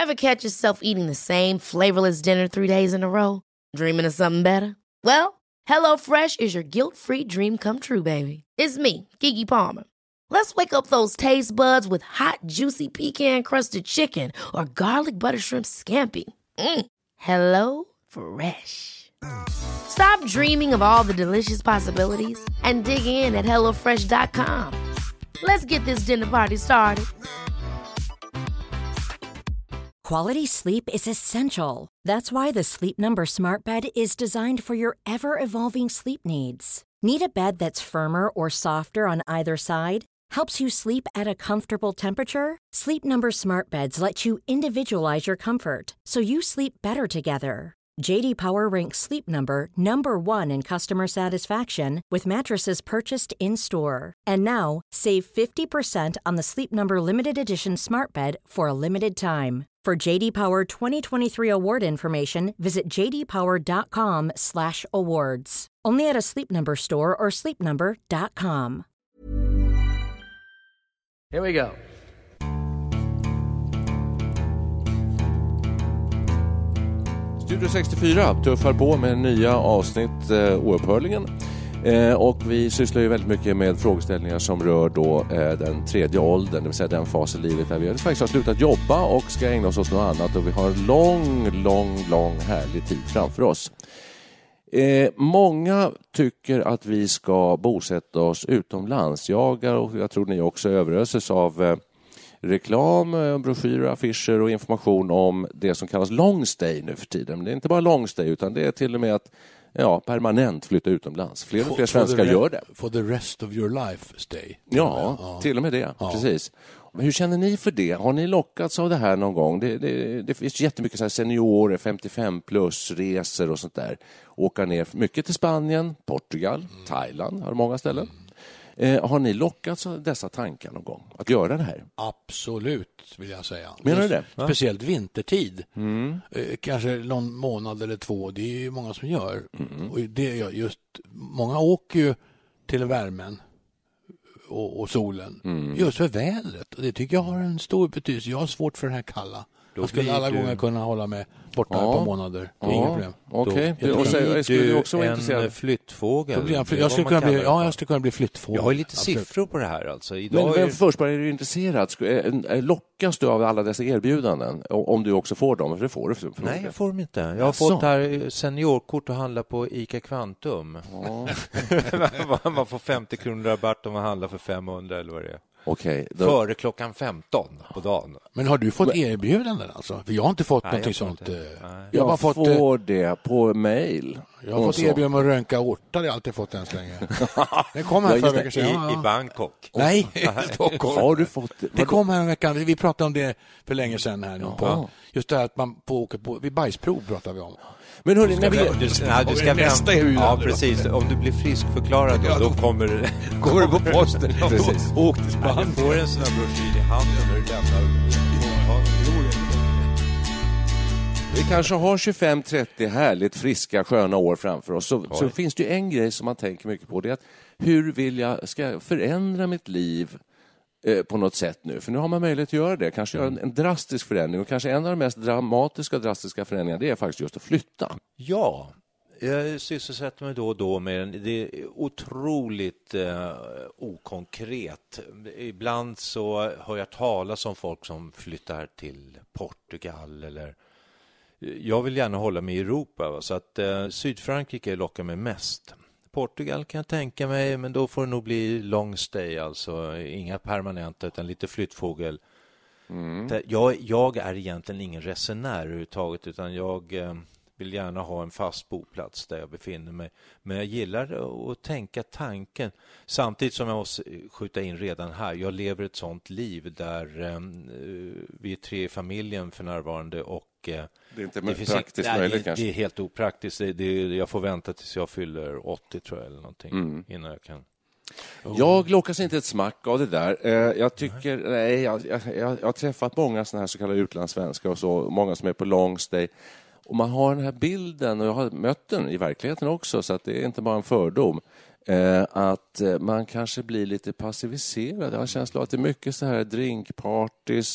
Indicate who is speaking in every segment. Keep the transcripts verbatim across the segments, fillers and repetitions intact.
Speaker 1: Ever catch yourself eating the same flavorless dinner three days in a row? Dreaming of something better? Well, HelloFresh is your guilt-free dream come true, baby. It's me, Keke Palmer. Let's wake up those taste buds with hot, juicy pecan-crusted chicken or garlic butter shrimp scampi. Mm. Hello Fresh. Stop dreaming of all the delicious possibilities and dig in at hello fresh dot com. Let's get this dinner party started.
Speaker 2: Quality sleep is essential. That's why the Sleep Number Smart Bed is designed for your ever-evolving sleep needs. Need a bed that's firmer or softer on either side? Helps you sleep at a comfortable temperature? Sleep Number Smart Beds let you individualize your comfort, so you sleep better together. J D Power ranks Sleep Number number one in customer satisfaction with mattresses purchased in-store. And now, save fifty percent on the Sleep Number Limited Edition Smart Bed for a limited time. For J D Power twenty twenty-three award information, visit j d power dot com slash awards. Only at a Sleep Number store or sleep number dot com.
Speaker 3: Here we go.
Speaker 4: Studio sextiofyra tuffar på med nya avsnitt eh, oupphörligen. Eh, och vi sysslar ju väldigt mycket med frågeställningar som rör då eh, den tredje åldern, det vill säga den fas i livet där vi faktiskt har slutat jobba och ska ägna oss åt något annat, och vi har en lång, lång, lång härlig tid framför oss. Eh, många tycker att vi ska bosätta oss utomlands. Jag och jag tror ni också överöses av eh, reklam, broschyrer, affischer och information om det som kallas long stay nu för tiden. Men det är inte bara long stay, utan det är till och med att ja, permanent flytta utomlands. Fler och fler svenskar
Speaker 5: re-
Speaker 4: gör det.
Speaker 5: For the rest of your life stay.
Speaker 4: Ja, ja. Till och med det. Ja. Precis. Men hur känner ni för det? Har ni lockats av det här någon gång? Det, det, det finns jättemycket så här seniorer, femtiofem plus, resor och sånt där. Åka ner mycket till Spanien, Portugal, mm. Thailand, har många ställen. Mm. Eh, har ni lockats av dessa tankar någon gång? Att göra det här?
Speaker 5: Absolut, vill jag säga.
Speaker 4: Menar du det?
Speaker 5: Speciellt vintertid.
Speaker 4: Mm.
Speaker 5: Eh, kanske någon månad eller två. Det är ju många som gör. Mm. Och det är just, många åker ju till värmen och, och solen. Mm. Just för vädret. Och det tycker jag har en stor betydelse. Jag har svårt för det här kalla. Då jag skulle alla du... gånger kunna hålla mig borta ja. ett par månader. Det är ja. inga problem.
Speaker 4: Okej.
Speaker 6: Okay.
Speaker 4: Och så jag skulle
Speaker 6: du
Speaker 4: också vara
Speaker 6: en
Speaker 4: intresserad.
Speaker 6: Flyttfågel.
Speaker 5: Jag, jag, skulle kunna bli, ja, jag skulle kunna bli flyttfågel.
Speaker 6: Jag har ju lite
Speaker 5: Absolut.
Speaker 6: siffror på det här. Alltså. Idag
Speaker 4: men, men
Speaker 6: är...
Speaker 4: först bara, är du intresserad? Lockas du av alla dessa erbjudanden? Om du också får dem? För det får du. För
Speaker 6: Nej, jag får dem inte. Jag har alltså. fått här seniorkort att handla på ICA Kvantum. Ja. Man får femtio kronor rabatt om man handlar för femhundra eller vad det är.
Speaker 4: Okej,
Speaker 6: då... Före klockan femton på dagen.
Speaker 5: Men har du fått men... erbjudanden alltså? För jag har inte fått Nej, någonting sånt.
Speaker 4: Jag, jag har fått får det på mail.
Speaker 5: Jag har fått erbjudanden att rönka ortar. Jag har alltid fått än så länge. Det kom här förra veckan sedan.
Speaker 6: I, I Bangkok.
Speaker 5: Nej, i Stockholm.
Speaker 4: Har du fått det?
Speaker 5: Det kom här en vecka. Vi pratade om det för länge sedan här. Nu på. Just det här att man får åka på... Vid bajsprov pratar vi om.
Speaker 4: Men hörni, när vi...
Speaker 6: Du, du, nej, du ska nästa ja, precis. Om du blir friskförklarad då, då kommer det...
Speaker 5: Går du på posten?
Speaker 4: Precis.
Speaker 5: Åk till Spanien.
Speaker 6: Du får en sån här broschyr i handen när du lämnar
Speaker 4: Vi kanske har tjugofem trettio härligt friska, sköna år framför oss. Så, så finns det ju en grej som man tänker mycket på. Det är att hur vill jag, ska jag förändra mitt liv eh, på något sätt nu? För nu har man möjlighet att göra det. Kanske göra en, en drastisk förändring. Och kanske en av de mest dramatiska och drastiska förändringarna, det är faktiskt just att flytta.
Speaker 6: Ja, jag sysselsätter mig då och då med en, det är otroligt eh, okonkret. Ibland så hör jag talas om folk som flyttar till Portugal eller... Jag vill gärna hålla mig i Europa, va? Så att eh, Sydfrankrike lockar mig mest. Portugal kan jag tänka mig, men då får det nog bli long stay, alltså inga permanenta utan lite flyttfågel. Mm. Jag, jag är egentligen ingen resenär överhuvudtaget, utan jag eh, vill gärna ha en fast boplats där jag befinner mig. Men jag gillar att tänka tanken, samtidigt som jag måste skjuta in redan här. Jag lever ett sånt liv där eh, vi är tre i familjen för närvarande och
Speaker 4: det är inte
Speaker 6: det
Speaker 4: praktiskt
Speaker 6: nej,
Speaker 4: möjligt
Speaker 6: det,
Speaker 4: kanske.
Speaker 6: Det är helt opraktiskt. Det, det, jag får vänta tills jag fyller åttio tror jag eller någonting mm. innan jag kan.
Speaker 4: Oh. Jag lockas inte ett smack av det där. Jag tycker, nej, nej jag, jag, jag har träffat många såna här så kallade utlandssvenskar och så, många som är på long stay. Och man har den här bilden, och jag har mött den i verkligheten också, så att det är inte bara en fördom, att man kanske blir lite passiviserad. Jag har en känsla av att det är mycket så här drinkpartys,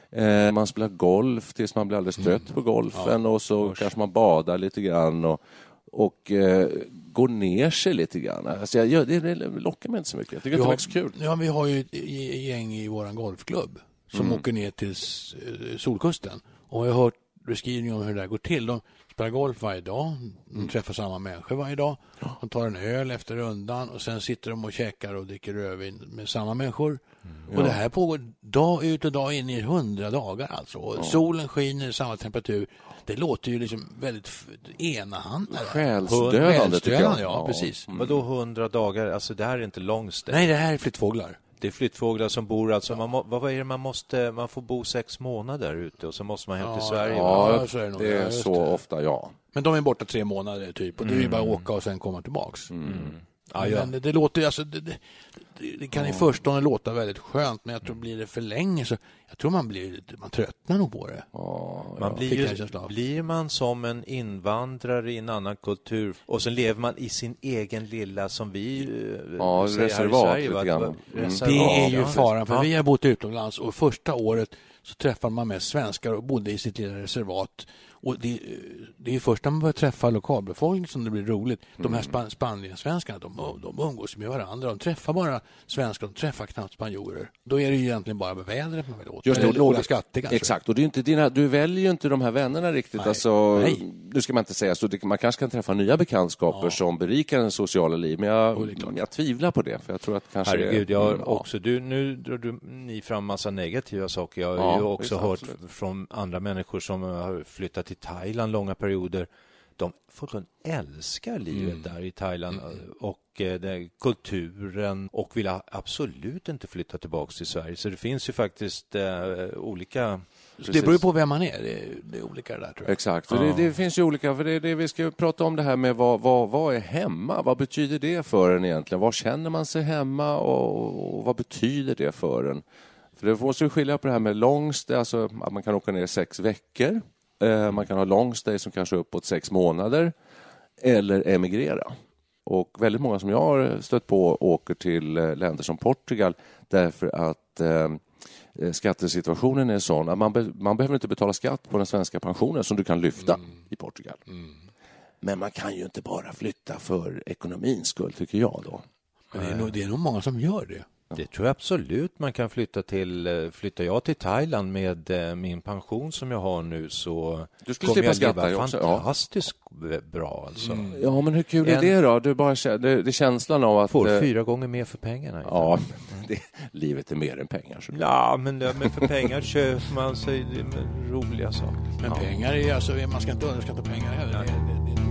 Speaker 4: Eh, man spelar golf tills man blir alldeles trött mm. på golfen ja. och så Usch. kanske man badar lite grann och, och eh, går ner sig lite grann. Alltså, jag, det, det lockar mig inte så mycket. Jag tycker vi att det är så kul.
Speaker 5: Ja, vi har ju ett gäng i våran golfklubb som mm. åker ner till Solkusten. Och jag har hört beskrivningar om hur det där går till. De spelar golf varje dag. De mm. träffar samma människor varje dag. De tar en öl efter rundan och sen sitter de och käkar och dricker rödvin med samma människor. Mm. Och ja. det här pågår dag ut och dag in i hundra dagar alltså. Och ja. solen skiner i samma temperatur. Det låter ju liksom väldigt enahanda.
Speaker 4: Själsdödande tycker jag.
Speaker 5: Ja, precis.
Speaker 6: Mm. Men då hundra dagar, alltså det här är inte långsteg.
Speaker 5: Nej, det här är flyttfåglar.
Speaker 6: Det är flyttfåglar som bor alltså, man må, vad är det man måste, man får bo sex månader ute och så måste man hem till
Speaker 4: ja,
Speaker 6: Sverige.
Speaker 4: Ja, ja så är det, nog. det är så det. ofta, ja.
Speaker 5: Men de är borta tre månader typ och mm. det är ju bara att åka och sen komma tillbaks. Mm. Ja,
Speaker 6: ja.
Speaker 5: Men det, det låter alltså det, det, det kan i förstone låta väldigt skönt, men jag tror blir det för länge så jag tror man blir man tröttnar nog på det.
Speaker 6: Ja, man blir ju, blir man som en invandrare i en annan kultur och så lever man i sin egen lilla som vi
Speaker 4: ja, säger
Speaker 6: reservat,
Speaker 4: här i Sverige, lite
Speaker 5: mm. reservat. Det är ju faran för ja. vi har bott utomlands och första året så träffar man med svenskar och bodde i sitt lilla reservat. Och det, det är först när man börjar träffa lokalbefolkningen som det blir roligt. De här span- Spanien-svenskarna, de, de umgås med varandra. De träffar bara svenskar, de träffar knappt spanjorer. Då är det ju egentligen bara vädret man vill åt.
Speaker 4: Just det,
Speaker 5: låga skatter kanske.
Speaker 4: Exakt, och det är inte dina, du väljer ju inte de här vännerna riktigt. Nej. Alltså, Nej. Nu ska man inte säga så. Det, man kanske kan träffa nya bekantskaper ja. som berikar en sociala liv. Men jag, oh, jag tvivlar på det. För jag tror att kanske
Speaker 6: Herregud, jag mm, också, du, nu drar du ni fram massa negativa saker. Jag har ja, ju också hört absolut. från andra människor som har flyttat till Thailand långa perioder. De folk älskar livet mm. där i Thailand och eh, det, kulturen och vill absolut inte flytta tillbaka till Sverige. Så det finns ju faktiskt eh, olika...
Speaker 5: Så det beror ju på vem man är. Det är, det är olika där tror jag.
Speaker 4: Exakt. Ja. Det, det finns ju olika. För det, det, vi ska prata om det här med vad, vad, vad är hemma? Vad betyder det för en egentligen? Var känner man sig hemma och, och vad betyder det för en? För det måste ju skilja på det här med långst. Alltså att man kan åka ner sex veckor. Man kan ha långstay som kanske är uppåt sex månader eller emigrera. Och väldigt många som jag har stött på åker till länder som Portugal därför att eh, skattesituationen är sån att man, be- man behöver inte betala skatt på den svenska pensionen som du kan lyfta mm. i Portugal. Mm. Men man kan ju inte bara flytta för ekonomins skull tycker jag då.
Speaker 5: Men det är nog, det är nog många som gör det.
Speaker 6: Det tror jag absolut man kan flytta till. Flyttar jag till Thailand med min pension som jag har nu så
Speaker 4: du skulle slippa skatta
Speaker 6: också. Fantastiskt ja. bra alltså.
Speaker 4: Mm. Ja, men hur kul är en, det då? Du bara det, det är känslan av att
Speaker 6: får fyra gånger mer för pengarna.
Speaker 4: Ja, det, livet är mer än pengar så.
Speaker 6: Ja, men, men för pengar köper man sig roliga saker.
Speaker 5: Men
Speaker 6: ja.
Speaker 5: pengar är alltså man ska inte underskatta pengar heller. Det, det, det,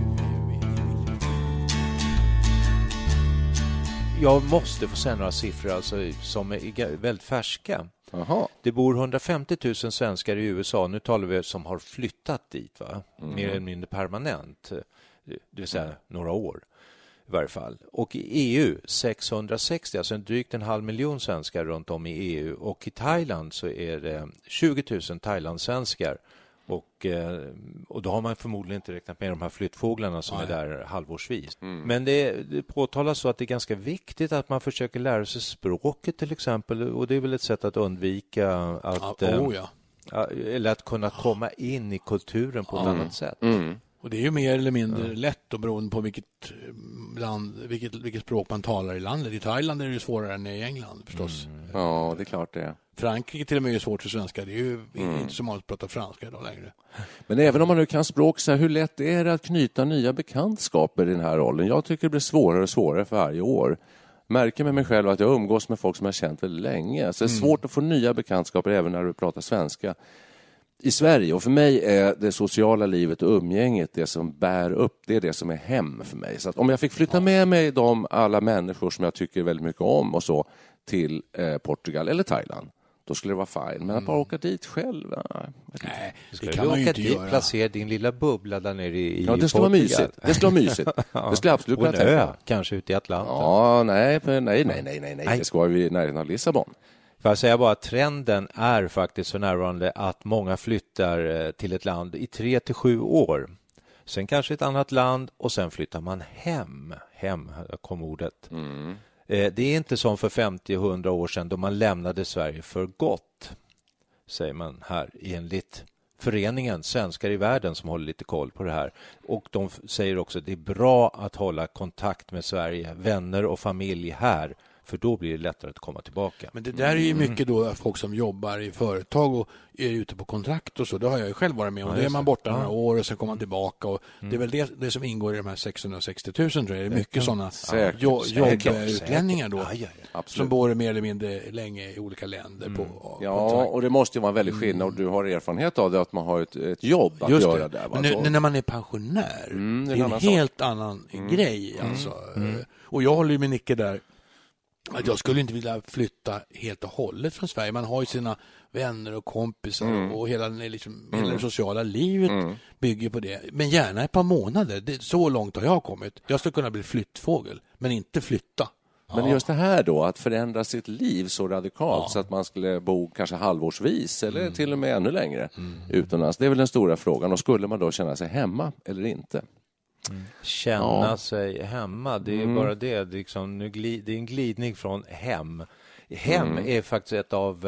Speaker 6: Jag måste få säga några siffror alltså, som är väldigt färska.
Speaker 4: Aha.
Speaker 6: Det bor hundrafemtio tusen svenskar i U S A. Nu talar vi som har flyttat dit, va? Mm. Mer eller mindre permanent. Det vill säga mm. några år i varje fall. Och i E U sexhundrasextio, alltså en drygt en halv miljon svenskar runt om i E U. Och i Thailand så är det tjugo tusen thailandssvenskar. Och, och då har man förmodligen inte räknat med de här flyttfåglarna som Nej. är där halvårsvis. Mm. Men det, det påtalas så att det är ganska viktigt att man försöker lära sig språket till exempel. Och det är väl ett sätt att undvika att,
Speaker 5: ah, oh, ja.
Speaker 6: eller att kunna komma in i kulturen på ett mm. annat sätt.
Speaker 5: Mm. Och det är ju mer eller mindre mm. lätt och beroende på vilket, land, vilket, vilket språk man talar i landet. I Thailand är det ju svårare än i England förstås.
Speaker 4: Mm. Ja, det är klart det är.
Speaker 5: Frankrike till och med är svårt för svenskar. Det är ju mm. inte så många att prata franska idag längre.
Speaker 4: Men även om man nu kan språk, så här, hur lätt är det att knyta nya bekantskaper i den här rollen? Jag tycker det blir svårare och svårare för varje år. Märker med mig själv att jag umgås med folk som jag har känt väldigt länge. Så det är mm. svårt att få nya bekantskaper även när du pratar svenska. I Sverige, och för mig är det sociala livet och umgänget det som bär upp, det är det som är hem för mig. Så att om jag fick flytta med mig de alla människor som jag tycker väldigt mycket om och så till eh, Portugal eller Thailand, då skulle det vara fine. Men att bara åka dit själv, nej.
Speaker 5: nej
Speaker 6: det kan man ju inte dit, göra. Placera din lilla bubbla där nere i
Speaker 4: Ja, det skulle vara mysigt. Det skulle vara mysigt. Det skulle absolut
Speaker 6: kunna tänka. Kanske ute i Atlanten.
Speaker 4: Ja, nej, nej, nej, nej, nej, nej. Det ska vara i närheten av Lissabon.
Speaker 6: För att säga bara att trenden är faktiskt för närvarande att många flyttar till ett land i tre till sju år. Sen kanske ett annat land och sen flyttar man hem. Hem, kom ordet. Mm. Det är inte som för femtio till hundra år sedan då man lämnade Sverige för gott. säger man här, enligt föreningen Svenskar i världen som håller lite koll på det här. Och de säger också att det är bra att hålla kontakt med Sverige, vänner och familj här. För då blir det lättare att komma tillbaka.
Speaker 5: Men det där är ju mycket då folk som jobbar i företag och är ute på kontrakt och så. Det har jag ju själv varit med om. Ja, då är man borta ja. några år och sen kommer man tillbaka. Och mm. Det är väl det, det som ingår i de här sexhundrasextio tusen tror jag. Det är mycket sådana jo, jobbutlänningar då. Ja, ja, ja. Som bor mer eller mindre länge i olika länder. Mm. på
Speaker 4: Ja, kontrakt. Och det måste ju vara en väldigt skillnad. Och du har erfarenhet av det att man har ett, ett jobb att
Speaker 5: Just
Speaker 4: göra
Speaker 5: det.
Speaker 4: där.
Speaker 5: Men nu, när man är pensionär, mm, det är en, en helt annan mm. grej. Alltså. Mm. Och jag håller ju med Nicke där. Att jag skulle inte vilja flytta helt och hållet från Sverige. Man har ju sina vänner och kompisar mm. och hela, liksom, mm. hela det sociala livet mm. bygger på det. Men gärna ett par månader. Det, så långt har jag kommit. Jag skulle kunna bli flyttfågel, men inte flytta.
Speaker 4: Men
Speaker 5: ja.
Speaker 4: just det här då, att förändra sitt liv så radikalt ja. så att man skulle bo kanske halvårsvis eller mm. till och med ännu längre mm. utomlands. Det är väl den stora frågan. Och skulle man då känna sig hemma eller inte?
Speaker 6: Mm. Känna ja. sig hemma, det är mm. bara det, det är, liksom, nu glid, det är en glidning från hem. Hem mm. är faktiskt ett av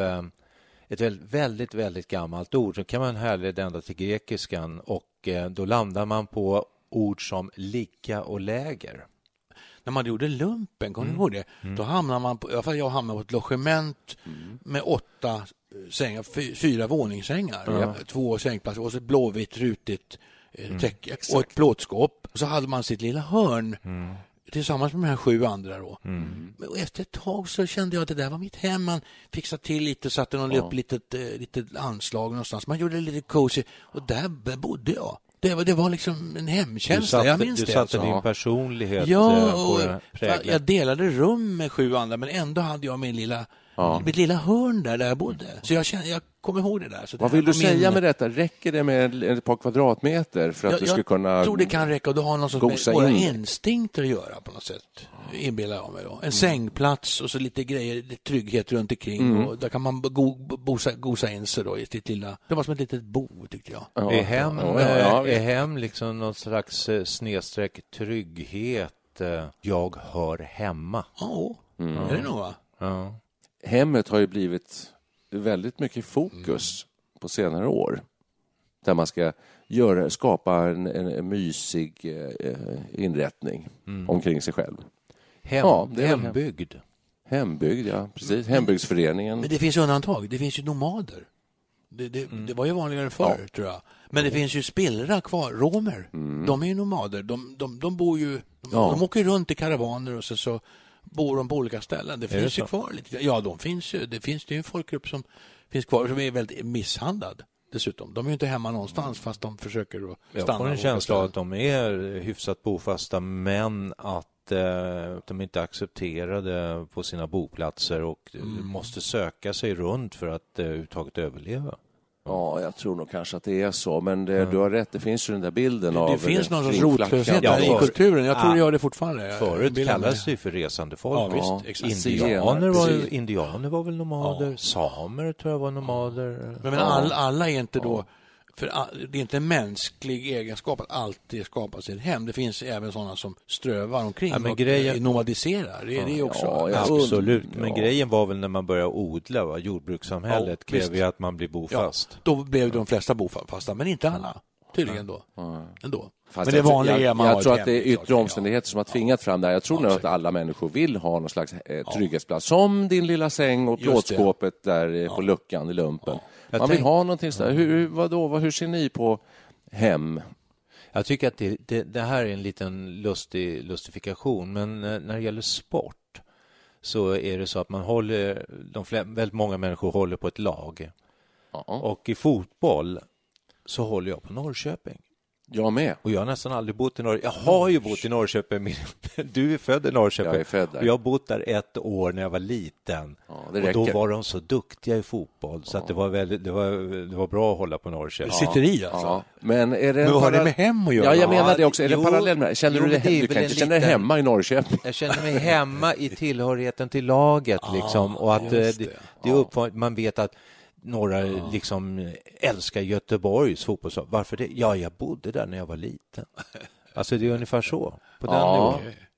Speaker 6: ett väldigt, väldigt gammalt ord. Så kan man härleda ända till grekiskan och då landar man på ord som ligga och läger.
Speaker 5: När man gjorde lumpen, kommer mm. du ihåg det? Mm. Då hamnar man på, i alla fall jag hamnade på ett logement mm. med åtta sängar, fy, fyra våningssängar, mm. två sängplatser och så ett blåvitt rutigt Mm, täcke och ett plåtskåp. Så hade man sitt lilla hörn mm. tillsammans med de här sju andra då. Mm. Men efter ett tag så kände jag att det där var mitt hem. Man fixade till lite, satte någon ja. upp litet, eh, litet anslag någonstans. Man gjorde det lite cozy och där bodde jag. Det var, det var liksom en hemkänsla,
Speaker 6: satte,
Speaker 5: jag minns
Speaker 6: du
Speaker 5: det.
Speaker 6: Du satte
Speaker 5: alltså.
Speaker 6: din personlighet
Speaker 5: ja,
Speaker 6: på
Speaker 5: och jag delade rum med sju andra men ändå hade jag min lilla, ja. mitt lilla hörn där, där jag bodde. Så jag, kände, jag kommer ihåg det där. Så
Speaker 4: Vad
Speaker 5: det
Speaker 4: vill du
Speaker 5: min...
Speaker 4: säga med detta? Räcker det med ett par kvadratmeter för att
Speaker 5: jag,
Speaker 4: du ska kunna
Speaker 5: Jag tror det kan räcka och du har någon sorts med
Speaker 4: våra
Speaker 5: instinkter att göra på något sätt. Inbillar jag mig då. En mm. sängplats och så lite grejer, trygghet runt omkring mm. och där kan man go, bosa, gosa in sig då i sitt lilla. Det var som ett litet bo tyckte jag.
Speaker 6: Ja, är hem, ja, ja, ja. Är hem liksom någon slags snedsträck trygghet? Jag hör hemma.
Speaker 5: Ja, mm. är det nog va?
Speaker 6: Ja.
Speaker 4: Hemmet har ju blivit väldigt mycket fokus mm. på senare år. Där man ska göra, skapa en, en, en mysig eh, inrättning mm. omkring sig själv.
Speaker 6: Hem, ja, det är hembygd.
Speaker 4: Hembygd, ja. Precis. Hembygdsföreningen.
Speaker 5: Men det finns undantag. Det finns ju nomader. Det, det, mm. det var ju vanligare förr, ja. tror jag. Men det finns ju spillra kvar. Romer, mm. de är ju nomader. De, de, de bor ju... De, ja. de åker runt i karavaner och så... så bor de på olika ställen. Det finns det ju kvar lite. Ja, de finns ju. Det finns det ju en folkgrupp som finns kvar som är väldigt misshandlad dessutom. De är ju inte hemma någonstans fast de försöker att stanna.
Speaker 6: Jag får en känsla av att de är hyfsat bofasta men att eh, de inte är accepterade på sina boplatser och mm. måste söka sig runt för att eh, uttaget överleva.
Speaker 4: Ja, jag tror nog kanske att det är så. Men det, mm. du har rätt, det finns ju den där bilden
Speaker 5: det,
Speaker 4: av...
Speaker 5: Det finns någon sorts rotlöshet
Speaker 6: ja,
Speaker 5: i kulturen. Jag tror ja. det gör det fortfarande.
Speaker 6: Förut kallades det för resande folk.
Speaker 5: Ja, visst, exakt.
Speaker 6: Indianer, var, indianer var väl nomader. Ja. Samer tror jag var nomader.
Speaker 5: Men, men all, alla är inte då... För det är inte en mänsklig egenskap att alltid skapa sig ett hem. Det finns även sådana som strövar omkring ja, men och grejen... nomadiserar. Det är det också.
Speaker 6: Ja, ja, absolut. Men ja. grejen var väl när man började odla, va? Jordbrukssamhället ja, kräver ju att man blir bofast.
Speaker 5: Ja, då blev de flesta bofasta, men inte alla. Tydligen då.
Speaker 4: Ja.
Speaker 5: Ändå.
Speaker 4: Fast men det vanliga jag, jag, jag tror att det är yttre omständigheter som har tvingat fram det här. Jag tror ja, nog att alla människor vill ha någon slags eh, trygghetsplats. Som din lilla säng och plåtskåpet där ja. på luckan i lumpen. Ja. Man vill tänk... ha någonting sådär. Hur, vadå, hur ser ni på hem?
Speaker 6: Jag tycker att det, det, det här är en liten lustig lustifikation. Men när det gäller sport så är det så att man håller, de flera, väldigt många människor håller på ett lag. Ja. Och i fotboll så håller jag på Norrköping.
Speaker 4: Jag med.
Speaker 6: Och jag har nästan aldrig bott i Norrköping. Jag har ju bott i Norrköping. Du är född i Norrköping.
Speaker 4: Jag är född där.
Speaker 6: Och jag har bott där ett år när jag var liten. Ja, och då var de så duktiga i fotboll. Så ja. att det, var väldigt, det, var, det var bra att hålla på Norrköping.
Speaker 5: Det sitter i alltså. Ja.
Speaker 4: Men är det
Speaker 5: Men vad har det med hem att göra?
Speaker 4: Ja, jag menar det också. Är det jo, parallell med det? Känner jo, du, det, du kan inte känna dig hemma i Norrköping?
Speaker 6: Jag känner mig hemma i tillhörigheten till laget. liksom. Och att det, det, det är uppför, man vet att några ja. liksom älskar Göteborgs fotboll. Varför det? Ja, jag bodde där när jag var liten. Alltså det är ungefär så. På den
Speaker 4: ja.
Speaker 6: nivån.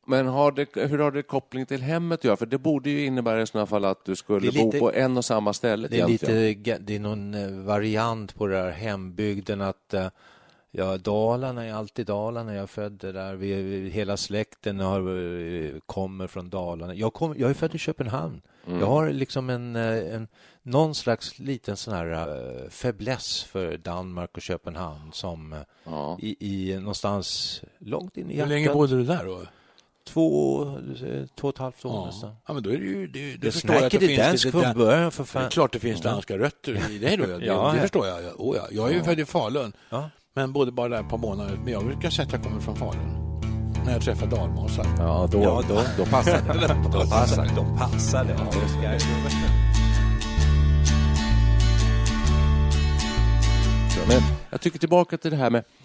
Speaker 4: Men har det, hur har det koppling till hemmet att göra? För det borde ju innebära i sådana fall att du skulle
Speaker 6: lite,
Speaker 4: bo på en och samma ställe.
Speaker 6: Det är, lite, det är någon variant på det här hembygden att ja, Dalarna är alltid Dalarna. Jag födde där. Vi, hela släkten har, kommer från Dalarna. Jag, kom, jag är född i Köpenhamn. Mm. Jag har liksom en, en någon slags liten sån här uh, fäbless för Danmark och Köpenhamn som ja. i, i någonstans långt in i hjärtat.
Speaker 5: Hur länge bodde du där då?
Speaker 6: Två, två och ett halvt år
Speaker 5: ja.
Speaker 6: nästan.
Speaker 5: Ja, men då är det ju... Det, det
Speaker 6: jag
Speaker 5: förstår jag att det
Speaker 6: finns
Speaker 5: dansk
Speaker 6: från början för fan.
Speaker 5: Det är klart det finns danska rötter i det då. Det,
Speaker 6: ja,
Speaker 5: det
Speaker 6: ja.
Speaker 5: förstår jag. Oh, ja. Jag är ju ja. född i Falun. Ja. Men bodde bara där ett par månader. Men jag brukar säga att jag kommer från Falun. När jag träffar dalmasar.
Speaker 4: Ja, då, ja, då, då passar det.
Speaker 6: då passar det. Då passar det. Ja.
Speaker 4: Men jag tycker tillbaka till det här med...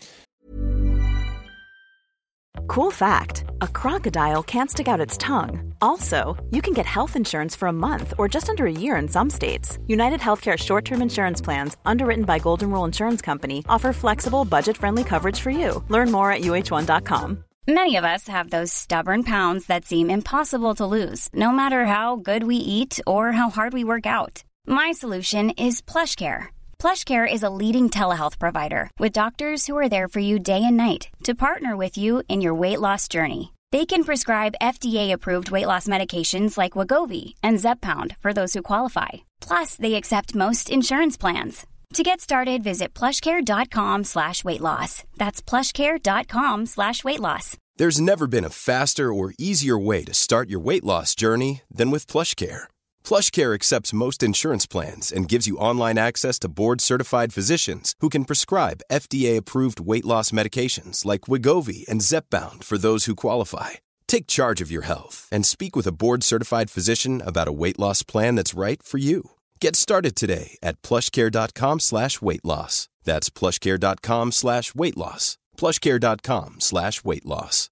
Speaker 3: Cool fact, a crocodile can't stick out its tongue. Also, you can get health insurance for a month or just under a year in some states. United Healthcare short-term insurance plans, underwritten by Golden Rule Insurance Company, offer flexible, budget-friendly coverage for you. Learn more at U H one dot com.
Speaker 7: Many of us have those stubborn pounds that seem impossible to lose, no matter how good we eat or how hard we work out. My solution is PlushCare. PlushCare is a leading telehealth provider with doctors who are there for you day and night to partner with you in your weight loss journey. They can prescribe F D A-approved weight loss medications like Wegovy and Zepbound for those who qualify. Plus, they accept most insurance plans. To get started, visit plushcare.com slash weight loss. That's plushcare.com slash weight loss.
Speaker 8: There's never been a faster or easier way to start your weight loss journey than with PlushCare. PlushCare accepts most insurance plans and gives you online access to board-certified physicians who can prescribe F D A-approved weight loss medications like Wegovy and Zepbound for those who qualify. Take charge of your health and speak with a board-certified physician about a weight loss plan that's right for you. Get started today at plushcare.com slash weight loss. That's plushcare.com slash weight loss. plushcare.com slash weight loss.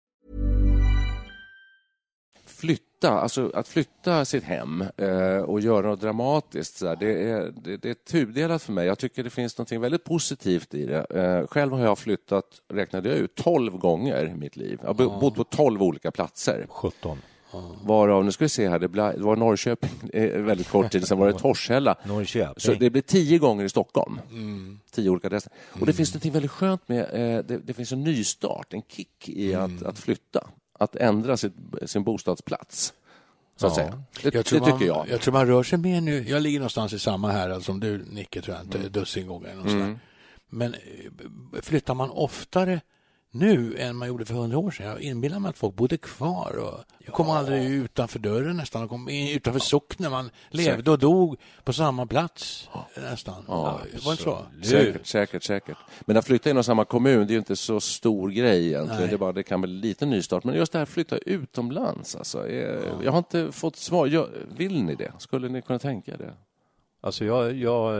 Speaker 4: Flytta, alltså att flytta sitt hem eh, och göra något dramatiskt, så här, det, är, det, det är tudelat för mig. Jag tycker det finns något väldigt positivt i det. Eh, själv har jag flyttat, räknade jag ut, tolv gånger i mitt liv. Jag har bo, bott på tolv olika platser.
Speaker 6: sjutton.
Speaker 4: Varav, nu ska vi se här, det, ble, det var Norrköping eh, väldigt kort tid, sen var det Torshälla.
Speaker 6: Norrköping.
Speaker 4: Så det blir tio gånger i Stockholm.
Speaker 5: Mm.
Speaker 4: Tio olika adresser. Och det
Speaker 5: Mm.
Speaker 4: finns något väldigt skönt med, eh, det, det finns en nystart, en kick i mm. att, att flytta. Att ändra sitt, sin bostadsplats. Så att
Speaker 5: ja.
Speaker 4: säga. Det,
Speaker 5: jag tror
Speaker 4: det tycker
Speaker 5: man,
Speaker 4: jag.
Speaker 5: Jag tror man rör sig mer nu. Jag ligger någonstans i samma här som du, Nicke, tror jag inte. Mm. Dussin gånger. Mm. Men flyttar man oftare nu än man gjorde för hundra år sedan? Jag inbillar mig att folk bodde kvar och ja. kom aldrig utanför dörren nästan. De kom utanför socknen. Man levde och dog på samma plats nästan.
Speaker 4: Ja,
Speaker 5: ja, var det så?
Speaker 4: Säkert, säkert, säkert. Men att flytta in i samma kommun, det är ju inte så stor grej egentligen. Nej. Det är bara, det kan bli lite nystart. Men just det här flytta utomlands, alltså. Jag, ja. jag har inte fått svar. Jag, vill ni det? Skulle ni kunna tänka det?
Speaker 6: Alltså jag, jag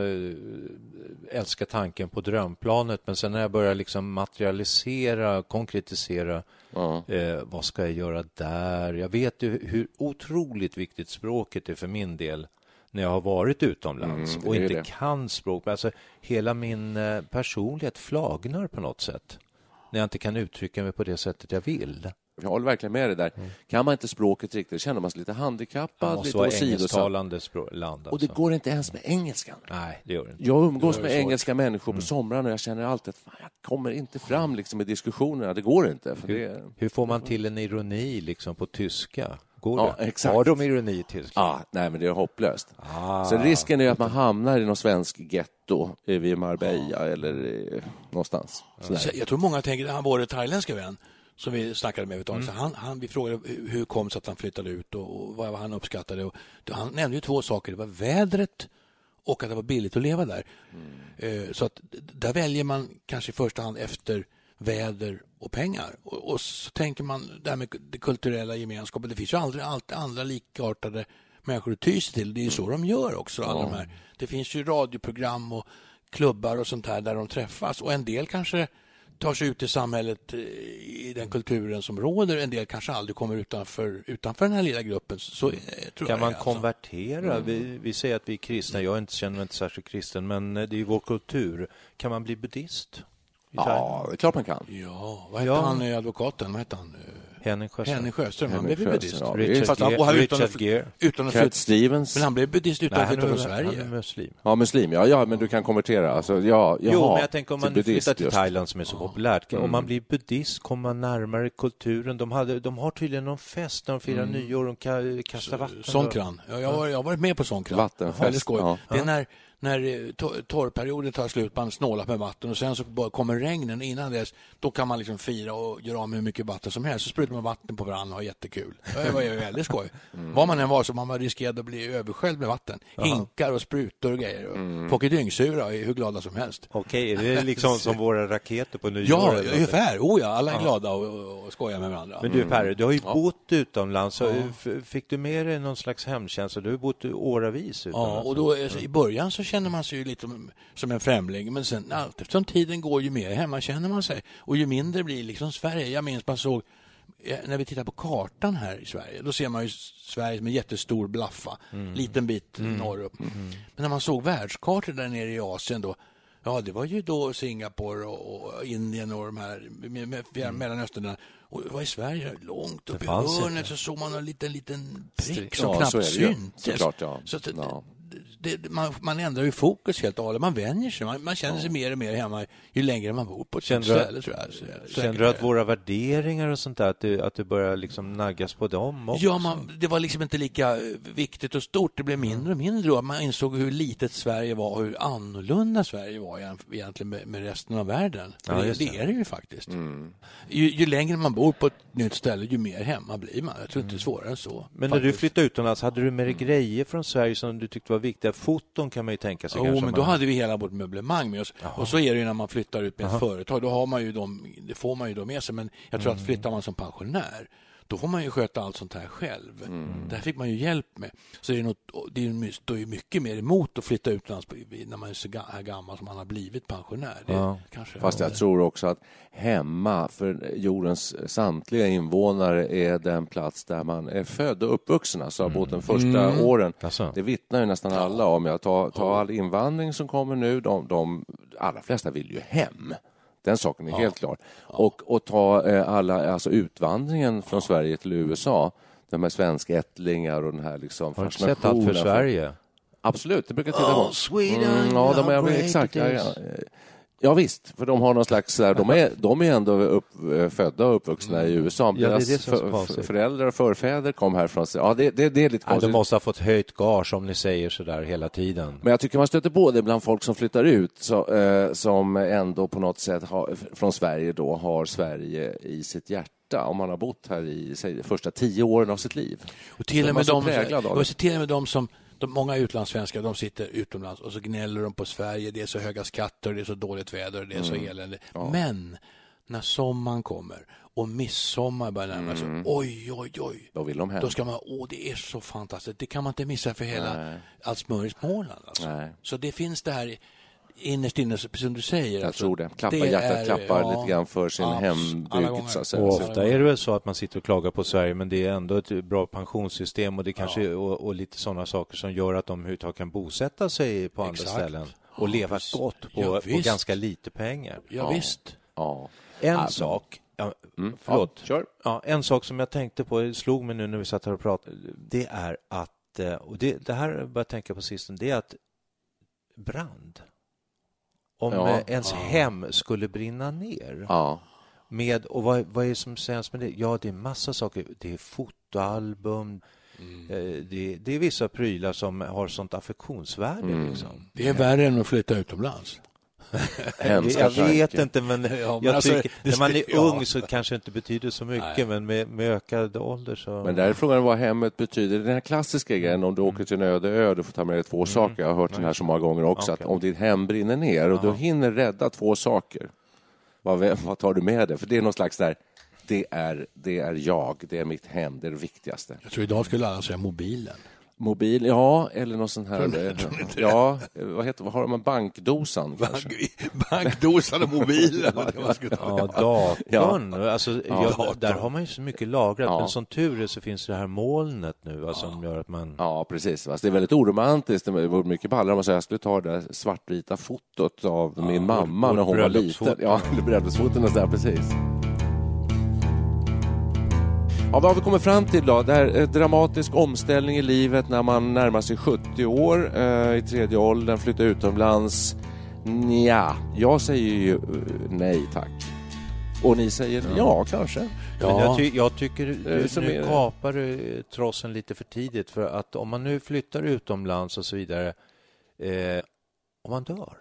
Speaker 6: älskar tanken på drömplanet, men sen när jag börjar liksom materialisera, konkretisera, ja. eh, vad ska jag göra där? Jag vet ju hur otroligt viktigt språket är för min del när jag har varit utomlands mm, och inte det. kan språk. Alltså, hela min eh, personlighet flagnar på något sätt när jag inte kan uttrycka mig på det sättet jag vill.
Speaker 4: Jag håller verkligen med det där. Mm. Kan man inte språket riktigt, känner man sig lite handikappad, lite
Speaker 6: åsidosatt. Engelsktalande land. Alltså.
Speaker 4: Och det går inte ens med engelskan.
Speaker 6: Nej, det gör det inte.
Speaker 4: Jag umgås med
Speaker 6: svårt.
Speaker 4: engelska människor på mm. somrarna och jag känner alltid att fan, jag kommer inte fram liksom, i diskussionerna. Det går inte. För
Speaker 6: hur,
Speaker 4: det...
Speaker 6: hur får man till en ironi liksom, på tyska? Går
Speaker 4: ja,
Speaker 6: det?
Speaker 4: Exakt.
Speaker 6: Har de ironi i Tyskland?
Speaker 4: Ah, nej, men det är hopplöst.
Speaker 6: Ah.
Speaker 4: Så risken är att man hamnar i någon svensk getto vid Marbella eller eh, någonstans.
Speaker 5: Ja. Jag tror många tänker att han var det thailändska vän som vi snackade med. Mm. Så han, han, vi frågade hur kom så att han flyttade ut och, och vad han uppskattade. Och, han nämnde ju två saker. Det var vädret och att det var billigt att leva där. Mm. Uh, så att där väljer man kanske i första hand efter väder och pengar. Och, och så tänker man det här med det kulturella gemenskapen. Det finns ju aldrig alltid andra likartade människor att ty sig till. Det är ju så de gör också. Alla mm. de här. Det finns ju radioprogram och klubbar och sånt här där de träffas. Och en del kanske tar sig ut i samhället i den kulturen som råder. En del kanske aldrig kommer utanför, utanför den här lilla gruppen. Så, tror
Speaker 6: kan
Speaker 5: jag
Speaker 6: man
Speaker 5: alltså.
Speaker 6: konvertera? Mm. Vi, vi säger att vi är kristna. Jag inte, känner mig inte särskilt kristen, men det är ju vår kultur. Kan man bli buddhist?
Speaker 4: Ja, det är klart man kan.
Speaker 5: Ja, vad heter
Speaker 6: ja.
Speaker 5: han, advokaten? Vad heter han?
Speaker 6: Henning Sjöström.
Speaker 5: Henning Sjöström, han
Speaker 4: Henning
Speaker 5: blev ju buddhist.
Speaker 4: Sjöström, ja,
Speaker 6: Richard,
Speaker 5: Fast han-
Speaker 6: Gere,
Speaker 5: och han- utan
Speaker 6: Richard
Speaker 5: att-
Speaker 6: Gere.
Speaker 5: Utan att
Speaker 4: Cat
Speaker 5: flytta,
Speaker 4: Stevens.
Speaker 5: men han blev buddhist utan
Speaker 6: Nej,
Speaker 5: att
Speaker 6: han
Speaker 5: flytta
Speaker 6: är,
Speaker 5: från
Speaker 6: han är
Speaker 5: Sverige.
Speaker 6: muslim.
Speaker 4: Ja, muslim. Ja, ja, men du kan konvertera. Alltså, ja, jaha,
Speaker 6: Jo, men jag tänker om man
Speaker 4: till buddhist
Speaker 6: flyttar till
Speaker 4: just.
Speaker 6: Thailand som är så populärt. Om
Speaker 4: Mm.
Speaker 6: man blir buddhist kommer man närmare kulturen. De, hade, de har tydligen någon fest när de firar nyår. De ka- kastar vatten.
Speaker 5: Songkran. Ja, jag, har, jag har varit med på Songkran.
Speaker 4: Vattenfest,
Speaker 5: Väldigt skoj.
Speaker 4: ja.
Speaker 5: Det är när, när eh, to- torrperioden tar slut, man snålar med vatten och sen så bara kommer regnen innan dess. Då kan man liksom fira och göra av med hur mycket vatten som helst. Så sprutar man vatten på varandra och har jättekul. Det var ju väldigt skoj.
Speaker 6: Mm.
Speaker 5: Var man än var så man var riskerad att bli översköljd med vatten. Hinkar och sprutor och grejer. Och
Speaker 6: Mm.
Speaker 5: folk är dyngsura och är hur glada som helst.
Speaker 6: Okej, är det liksom som våra raketer på nyår?
Speaker 5: Ja,
Speaker 6: eller något?
Speaker 5: ungefär. Oh ja, alla är glada och, och, och skojar med varandra.
Speaker 6: Men du Per, du har ju
Speaker 4: Ja.
Speaker 6: bott utomlands. Så
Speaker 5: Ja.
Speaker 6: f- fick du med dig någon slags hemkänsla? Du har ju bott åravis
Speaker 5: Ja,
Speaker 6: utomlands.
Speaker 5: och då, alltså, i början så känner man sig ju lite som, som en främling, men sen allt eftersom tiden går ju mer hemma känner man sig, och ju mindre blir liksom Sverige. Jag minns man såg, när vi tittar på kartan här i Sverige, då ser man ju Sverige som en jättestor blaffa, liten bit norrut. Men när man såg världskartor där nere i Asien då, ja, det var ju då Singapore och, och Indien och de här med, med, med Mellanöstern. Och det var i Sverige långt upp i
Speaker 6: fanns
Speaker 5: hörnet
Speaker 6: inte.
Speaker 5: så såg man en liten, liten prick som
Speaker 4: Ja,
Speaker 5: knappt
Speaker 4: så är det ju.
Speaker 5: syntes.
Speaker 4: Såklart, ja.
Speaker 5: Så att, det,
Speaker 4: Ja.
Speaker 5: det, det, man, man ändrar ju fokus helt och hållet. Man vänjer sig. Man, man känner sig mer och mer hemma ju längre man bor på ett
Speaker 6: Känner
Speaker 5: ställe,
Speaker 6: du-
Speaker 5: tror jag. Så, så
Speaker 6: Känner du att våra värderingar och sånt där, att du, att du börjar liksom naggas på dem också?
Speaker 5: Ja, man, det var liksom inte lika viktigt och stort. Det blev mindre och mindre då. Man insåg hur litet Sverige var och hur annorlunda Sverige var egentligen med, med resten av världen. För
Speaker 6: Ja,
Speaker 5: det,
Speaker 6: just
Speaker 5: det
Speaker 6: det.
Speaker 5: är det ju faktiskt.
Speaker 4: Mm.
Speaker 5: Ju, ju längre man bor på ett nytt ställe, ju mer hemma blir man. Jag tror inte det är svårare än så.
Speaker 6: Men när du
Speaker 5: faktiskt.
Speaker 6: flyttade utomlands, hade du med dig grejer från Sverige som du tyckte var viktiga? Foton kan man ju tänka sig
Speaker 5: Jo,
Speaker 6: kanske.
Speaker 5: men då
Speaker 6: man...
Speaker 5: hade vi hela vårt möblemang med oss.
Speaker 6: Jaha.
Speaker 5: Och så är det ju när man flyttar ut med ett
Speaker 6: Jaha.
Speaker 5: företag. Då har man ju dem, det får man ju då med sig. Men jag tror
Speaker 6: Mm.
Speaker 5: att flyttar man som pensionär, då får man ju sköta allt sånt här själv.
Speaker 6: Mm.
Speaker 5: Där fick man ju hjälp med. Så det är, något, det är ju my- då är mycket mer emot att flytta utomlands när man är så ga- här gammal som man har blivit pensionär. Det,
Speaker 6: Ja.
Speaker 5: kanske,
Speaker 4: Fast jag tror också att hemma för jordens samtliga invånare är den plats där man är född och uppvuxen, alltså har bott de första
Speaker 5: Mm.
Speaker 4: åren.
Speaker 6: Alltså.
Speaker 4: Det vittnar ju nästan alla om. Jag tar, tar all invandring som kommer nu, de, de allra flesta vill ju hem. Den saken är helt klar. Och, och ta eh, alla, alltså utvandringen från Sverige till U S A, de här svenska ättlingar och den här liksom
Speaker 6: Har du sett allt för
Speaker 4: fascinationen
Speaker 6: Sverige?
Speaker 4: Absolut, det brukar jag titta på.
Speaker 5: Oh, Sweden,
Speaker 4: Mm, ja, de är
Speaker 5: how great
Speaker 4: exakt.
Speaker 5: it
Speaker 4: Ja,
Speaker 5: is.
Speaker 4: ja. Ja visst, för de har någon slags där, de är de är ändå upp, födda och uppvuxna i U S A.
Speaker 6: Ja, det är
Speaker 4: Deras
Speaker 6: det som är så
Speaker 4: för-
Speaker 6: konstigt.
Speaker 4: föräldrar och förfäder kom härifrån. Ja, det, det, det är lite
Speaker 6: Nej, de
Speaker 4: konstigt.
Speaker 6: måste ha fått höjt gage om ni säger så där hela tiden.
Speaker 4: Men jag tycker man stöter på det bland folk som flyttar ut så, eh, som ändå på något sätt har, från Sverige då har Sverige i sitt hjärta om man har bott här i säg, de första tio åren av sitt liv.
Speaker 5: Och till
Speaker 4: De
Speaker 5: och
Speaker 4: är
Speaker 5: med
Speaker 4: så
Speaker 5: de,
Speaker 4: präglade av det.
Speaker 5: och så till och med de som de, många utlandssvenskar, de sitter utomlands och så gnäller de på Sverige. Det är så höga skatter, det är så dåligt väder, det är så elände. Men när sommaren kommer och midsommar börjar närma sig, oj, oj, oj.
Speaker 4: Då vill de hem.
Speaker 5: Då ska man, åh, det är så fantastiskt. Det kan man inte missa för hela
Speaker 4: Nej.
Speaker 5: allt smör i Småland. Alltså.
Speaker 4: Nej.
Speaker 5: Så det finns det här innerst inne, precis som du säger.
Speaker 4: Jag
Speaker 5: alltså.
Speaker 4: tror det. Klappa
Speaker 5: Det
Speaker 4: hjärtat,
Speaker 5: är-
Speaker 4: klappar
Speaker 5: ja,
Speaker 4: lite grann för sin
Speaker 5: abs- alla
Speaker 4: hembygd.
Speaker 5: gånger.
Speaker 4: Så att säga.
Speaker 6: Och
Speaker 4: Så-
Speaker 6: ofta är det väl så att man sitter och klagar på Sverige, men det är ändå ett bra pensionssystem och det kanske och, och lite sådana saker som gör att de överhuvudtaget kan bosätta sig på andra
Speaker 5: Exakt.
Speaker 6: ställen och leva
Speaker 5: precis.
Speaker 6: gott på,
Speaker 5: Ja,
Speaker 6: på
Speaker 5: visst.
Speaker 6: ganska lite pengar.
Speaker 5: Ja, visst.
Speaker 4: Ja.
Speaker 6: En
Speaker 4: Ja,
Speaker 6: sak, ja,
Speaker 4: Mm.
Speaker 6: förlåt.
Speaker 4: Ja, kör.
Speaker 6: Ja, en sak som jag tänkte på, det slog mig nu när vi satt här och pratade, det är att, eh, och det, det här har jag börjat tänka på sistone, det är att brand, om
Speaker 4: Ja.
Speaker 6: eh, ens hem skulle brinna ner,
Speaker 4: Ja.
Speaker 6: med, och vad, vad är det som sägs med det? Ja, det är massa saker, det är fotoalbum, eh, det, det är vissa prylar som har sånt affektionsvärde liksom.
Speaker 5: Det är värre än att flytta utomlands.
Speaker 4: Hemska
Speaker 6: Jag vet
Speaker 4: tanke.
Speaker 6: inte, men
Speaker 5: Ja, men
Speaker 6: jag
Speaker 5: alltså,
Speaker 6: tycker,
Speaker 5: det
Speaker 6: när man är
Speaker 5: spe- ja.
Speaker 6: ung så kanske det inte betyder så mycket,
Speaker 5: Nej.
Speaker 6: men med, med ökad ålder så...
Speaker 4: Men där är frågan vad hemmet betyder. Den här klassiska grejen, om du åker till en öde ö, du får ta med dig två saker. Jag har hört den här så många gånger också.
Speaker 6: Okej.
Speaker 4: Att om ditt hem brinner ner och du hinner rädda två saker, vad, vad tar du med dig? För det är någon slags där, det är, det är jag, det är mitt hem, det är det viktigaste.
Speaker 5: Jag tror idag skulle alla säga mobilen.
Speaker 4: Mobil, ja, eller någon sån här... ja, vad heter vad har man? Bankdosan kanske?
Speaker 5: Bank, bankdosan och mobilen. Det man skulle ta.
Speaker 6: Ja, datorn. Alltså,
Speaker 4: Ja,
Speaker 6: jag,
Speaker 5: datorn.
Speaker 6: där har man ju så mycket lagrat.
Speaker 4: Ja.
Speaker 6: Men som tur är så finns det här molnet nu alltså, som gör att man...
Speaker 4: Ja, precis. Fast det är väldigt oromantiskt. Det vore mycket ballare om man säger jag skulle ta det där svartvita fotot av min mamma
Speaker 6: vårt
Speaker 4: när hon var
Speaker 6: bröllopsfoto.
Speaker 4: liten. Ja, bröllopsfoton och så där, precis. Ja, vad har vi kommit fram till då? Det här är en dramatisk omställning i livet när man närmar sig sjuttio år eh, i tredje åldern, flyttar utomlands. Nja, jag säger ju eh, nej tack. Och ni säger ja, ja kanske.
Speaker 6: Ja. Jag, ty- jag tycker du,
Speaker 4: som
Speaker 6: nu
Speaker 4: är...
Speaker 6: kapar du trossen lite för tidigt, för att om man nu flyttar utomlands och så vidare, eh, om man dör,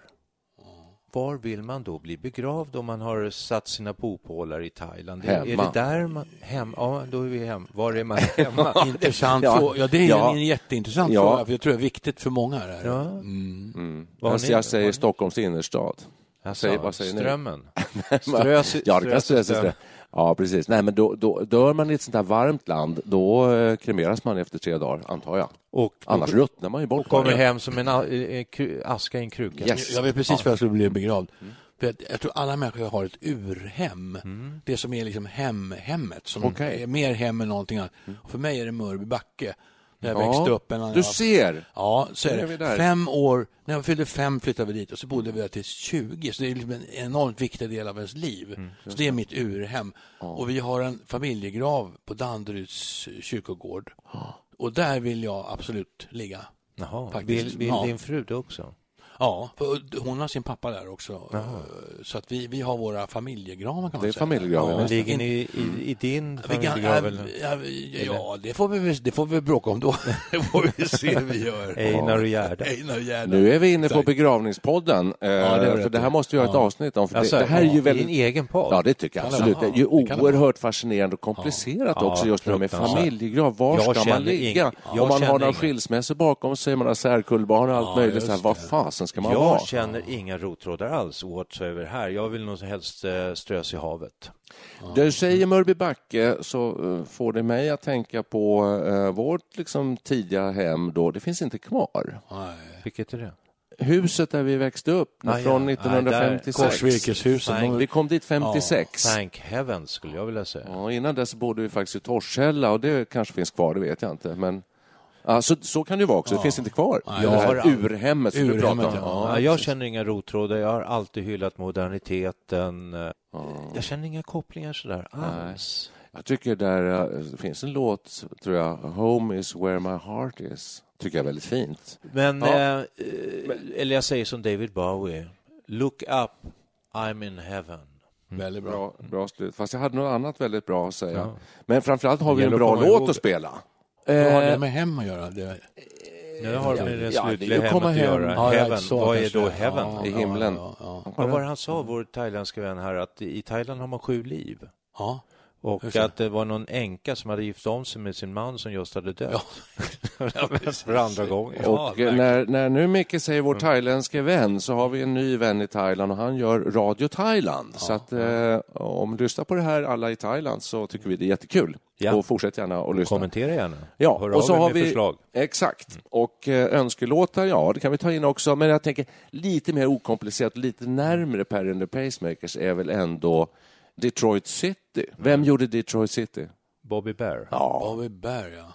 Speaker 6: var vill man då bli begravd om man har satt sina bopålar i Thailand? Hemma. Är det där man... Hem, ja, då är vi hem. Var är man hemma?
Speaker 5: Intressant
Speaker 4: ja.
Speaker 5: fråga. Ja, det är
Speaker 4: ja.
Speaker 5: en jätteintressant
Speaker 4: ja.
Speaker 5: fråga, för jag tror det är viktigt för många här.
Speaker 6: Ja.
Speaker 5: Mm.
Speaker 4: Mm. Alltså, jag säger Stockholms innerstad.
Speaker 6: Jag
Speaker 4: säger, vad säger
Speaker 6: strömmen.
Speaker 4: Strös, ja, det kan strös, strös. Ja, precis. Nej, men då, då dör man i ett sånt här varmt land, då eh, kremeras man efter tre dagar, antar jag.
Speaker 6: Och,
Speaker 4: Annars och, ruttnar man ju bort.
Speaker 6: Och kommer hem som en aska i en kruka.
Speaker 4: Yes.
Speaker 5: Jag vet precis vad jag skulle bli begravd. Mm. För jag, jag tror alla människor har ett urhem. Mm. Det som är liksom hem, hemmet. Som okay. är mer hem än någonting annat. Mm. Och för mig är det Mörby Backe. När jag ja, växte upp. En
Speaker 4: du ser!
Speaker 5: Ja, så är det. Fem år. När jag fyllde fem flyttade vi dit. Och så bodde vi där till tjugo. Så det är liksom en enormt viktig del av ens liv. Mm, så det är mitt urhem. Ja. Och vi har en familjegrav på Danderyds kyrkogård. Ja. Och där vill jag absolut ligga.
Speaker 6: Jaha, vill, vill ja. din fru det också?
Speaker 5: Ja, hon har sin pappa där också. Jaha. Så att vi, vi har våra familjegravar, kan man
Speaker 4: det är
Speaker 5: säga.
Speaker 4: Familjegraven.
Speaker 6: Ja, ligger ni i, i, i din familjegrav?
Speaker 5: Ja, ja, det får vi det får vi bråka om då. Det får vi se vi gör.
Speaker 6: Einar och Gerda.
Speaker 5: Einar och Gerda.
Speaker 4: Nu är vi inne på begravningspodden. Ja, det för det här måste vi ha ett ja. avsnitt om. För
Speaker 6: alltså,
Speaker 4: det, det här är ju väldigt...
Speaker 6: din egen podd.
Speaker 4: Ja, det tycker jag absolut. Det är ju oerhört fascinerande och komplicerat ja. också just med familjegrav. Var jag ska man ligga? Ing... Om man har någon skilsmässa bakom sig, man har särkullbarn och allt ja, möjligt. Så här, vad fasen ska man
Speaker 6: jag
Speaker 4: vara?
Speaker 6: Jag känner inga rottrådar alls whatsoever här. Jag vill nog helst uh, strös i havet.
Speaker 4: Du säger Mörby Backe, så uh, får det mig att tänka på uh, vårt liksom, tidiga hem då. Det finns inte kvar.
Speaker 5: Nej.
Speaker 6: Vilket är det?
Speaker 4: Huset där vi växte upp ah, från ja. nittonhundrafemtiosex.
Speaker 5: Korsvirkeshuset.
Speaker 4: Vi kom dit femtiosex.
Speaker 6: Ja. Thank heaven skulle jag vilja säga.
Speaker 4: Ja, innan dess bodde vi faktiskt i Torshälla och det kanske finns kvar, det vet jag inte. Men ja, så, så kan det ju vara också. Ja. Det finns inte kvar. Ja,
Speaker 6: jag
Speaker 4: det här
Speaker 6: har
Speaker 4: urhemmet som du pratar om.
Speaker 6: Ja. Ja, jag känner inga rottrådar. Jag har alltid hyllat moderniteten. Ja. Jag känner inga kopplingar sådär alls.
Speaker 4: Nej. Jag tycker där det finns en låt, tror jag, Home is where my heart is. Tycker jag är väldigt fint.
Speaker 6: Men, ja. eh, eller jag säger som David Bowie. Look up, I'm in heaven.
Speaker 4: Mm. Väldigt bra. bra. Bra slut. Fast jag hade något annat väldigt bra att säga. Ja. Men framförallt har vi en bra låt ihåg. Att spela.
Speaker 5: Vad har det med hem att göra? Det...
Speaker 6: Nu har vi det slutliga ja, hemmet att göra. Ja, heaven. Vad är då heaven?
Speaker 4: Ja, I himlen.
Speaker 6: Ja, ja, ja. Vad var det han sa, vår thailändska vän här, att i Thailand har man sju liv.
Speaker 5: Ja.
Speaker 6: Och att det var någon änka som hade gift om sig med sin man som just hade dött. Ja. För andra gången.
Speaker 4: Och ja, när, när nu Micke säger vår thailändska vän, så har vi en ny vän i Thailand och han gör Radio Thailand. Ja. Så att eh, om du lyssnar på det här alla i Thailand, så tycker vi det är jättekul. Ja. Och fortsätt gärna att lyssna.
Speaker 6: Kommentera gärna.
Speaker 4: Ja,
Speaker 6: hör
Speaker 4: och så har vi
Speaker 6: förslag.
Speaker 4: Exakt. Mm. Och eh, önskelåtar, ja, det kan vi ta in också, men jag tänker lite mer okomplicerat, lite närmare Per and the Pacemakers är väl ändå Detroit City. Vem mm. gjorde Detroit City?
Speaker 6: Bobby Bear.
Speaker 4: Ja.
Speaker 5: Bobby Bear, ja.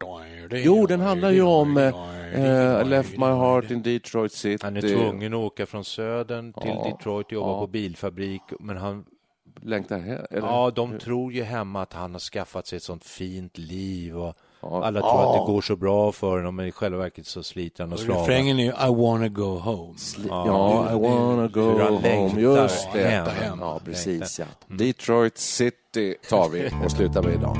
Speaker 4: Jo, den handlar ju om uh, Left My Heart in Detroit City.
Speaker 6: Han är tvungen att åka från södern till ja, Detroit och jobba ja. på bilfabrik, men han
Speaker 4: längtar hem. Eller?
Speaker 6: Ja, de tror ju hemma att han har skaffat sig ett sånt fint liv och ja. alla tror ja. att det går så bra för honom, men i själva verket så sliter han och slavar.
Speaker 5: Refrängen är ju I wanna go home.
Speaker 4: Sli- ja, ja, I wanna go home. Just det. Hem. Hem. Ja, precis. Ja. Mm. Detroit City tar vi och slutar med idag.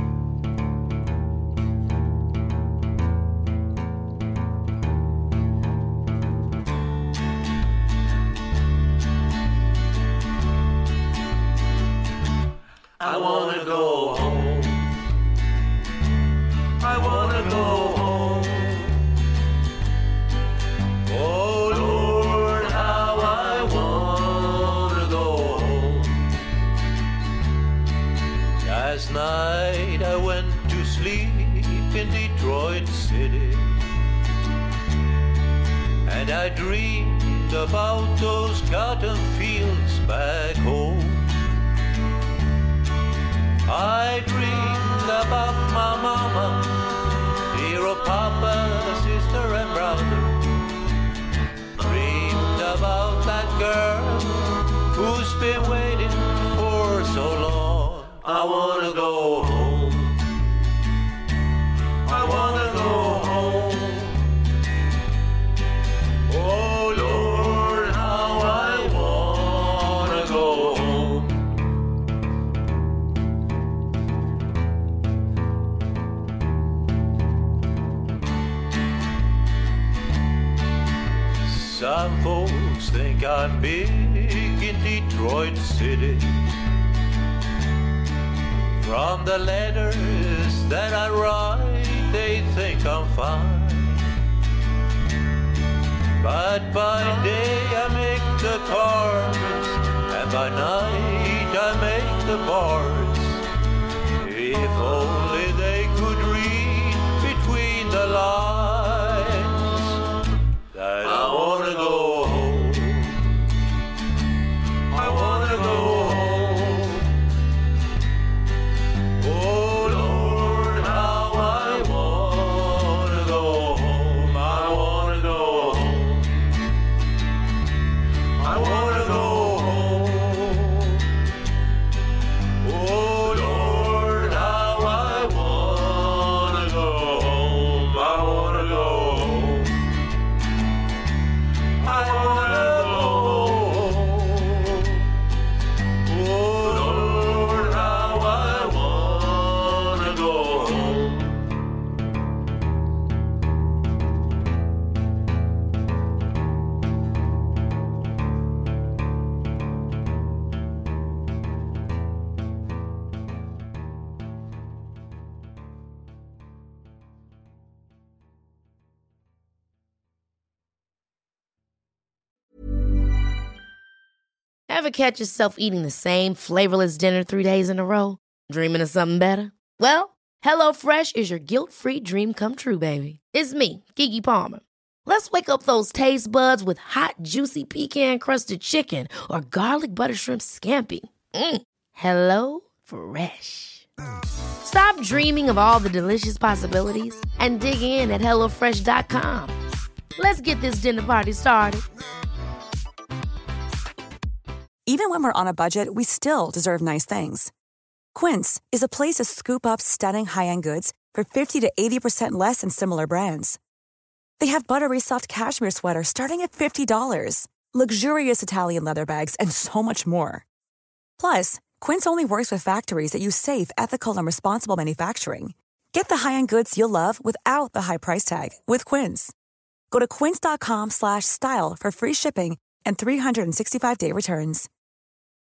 Speaker 9: I wanna go home. I wanna go home. Oh Lord, how I wanna go home. Last night I went to sleep in Detroit City, and I dreamed about those cotton fields back home. I dreamed about my mama, dear old papa, sister and brother. Dreamed about that girl who's been waiting for so long. I wanna go home. Some folks think I'm big in Detroit City. From the letters that I write, they think I'm fine. But by day I make the carpets, and by night I make the bars. If only they could read between the lines, that I wanna go home. I wanna go home. Oh Lord, how I wanna go home. I wanna go home. I wanna go home. Oh Lord, how I wanna go home. I wanna go home. I wanna go home. Oh Lord, how I wanna go home.
Speaker 1: Ever catch yourself eating the same flavorless dinner three days in a row? Dreaming of something better? Well, HelloFresh is your guilt-free dream come true, baby. It's me, Keke Palmer. Let's wake up those taste buds with hot, juicy pecan-crusted chicken or garlic butter shrimp scampi. Mm. Hello Fresh. Stop dreaming of all the delicious possibilities and dig in at hello fresh dot com. Let's get this dinner party started.
Speaker 10: Even when we're on a budget, we still deserve nice things. Quince is a place to scoop up stunning high-end goods for fifty to eighty percent less than similar brands. They have buttery soft cashmere sweaters starting at fifty dollars, luxurious Italian leather bags, and so much more. Plus, Quince only works with factories that use safe, ethical, and responsible manufacturing. Get the high-end goods you'll love without the high price tag with Quince. Go to quince dot com slash style for free shipping and three sixty-five day returns.